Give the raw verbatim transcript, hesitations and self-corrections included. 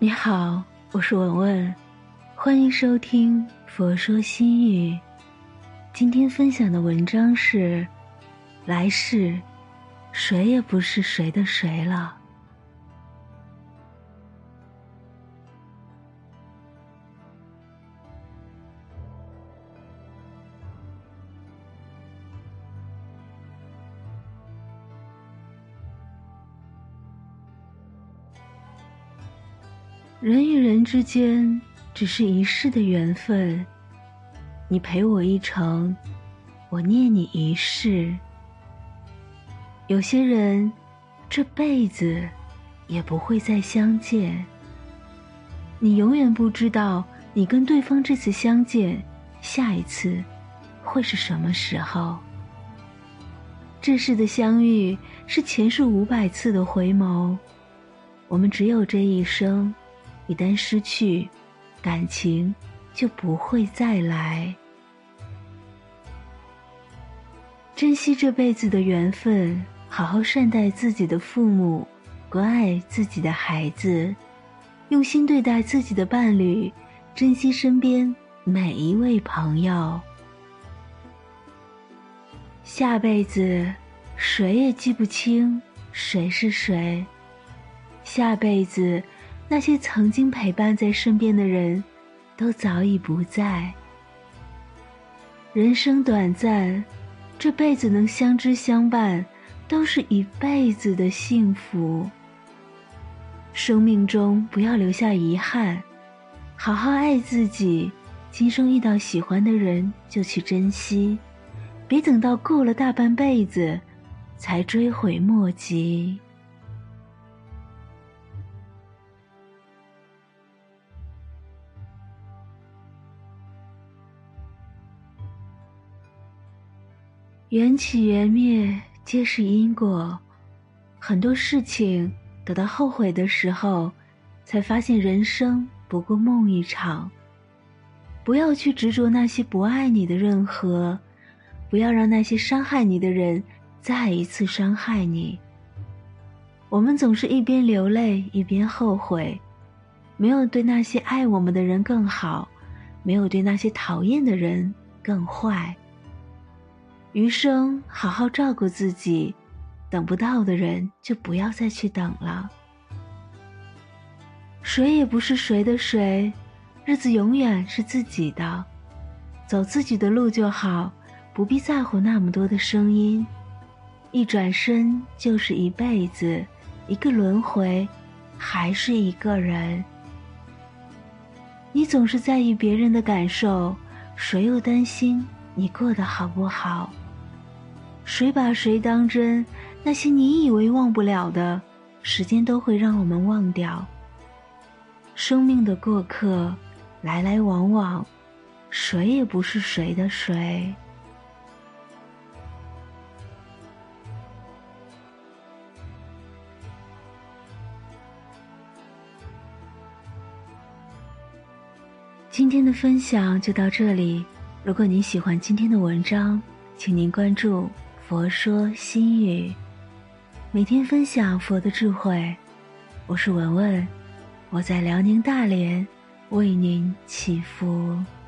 你好，我是文文，欢迎收听佛说心语。今天分享的文章是来世谁也不是谁的谁了。人与人之间只是一世的缘分，你陪我一程，我念你一世。有些人这辈子也不会再相见，你永远不知道你跟对方这次相见，下一次会是什么时候。这世的相遇是前世五百次的回眸，我们只有这一生，一旦失去，感情就不会再来。珍惜这辈子的缘分，好好善待自己的父母，关爱自己的孩子，用心对待自己的伴侣，珍惜身边每一位朋友。下辈子谁也记不清谁是谁，下辈子那些曾经陪伴在身边的人都早已不在。人生短暂，这辈子能相知相伴都是一辈子的幸福。生命中不要留下遗憾，好好爱自己，今生遇到喜欢的人就去珍惜，别等到过了大半辈子才追悔莫及。缘起缘灭皆是因果，很多事情等到后悔的时候，才发现人生不过梦一场。不要去执着那些不爱你的任何，不要让那些伤害你的人再一次伤害你。我们总是一边流泪一边后悔，没有对那些爱我们的人更好，没有对那些讨厌的人更坏。余生好好照顾自己，等不到的人就不要再去等了。谁也不是谁的谁，日子永远是自己的，走自己的路就好，不必在乎那么多的声音。一转身就是一辈子，一个轮回还是一个人。你总是在意别人的感受，谁又担心你过得好不好？谁把谁当真，那些你以为忘不了的，时间都会让我们忘掉。生命的过客来来往往，谁也不是谁的谁。今天的分享就到这里，如果您喜欢今天的文章，请您关注佛说心语，每天分享佛的智慧。我是文文，我在辽宁大连为您祈福。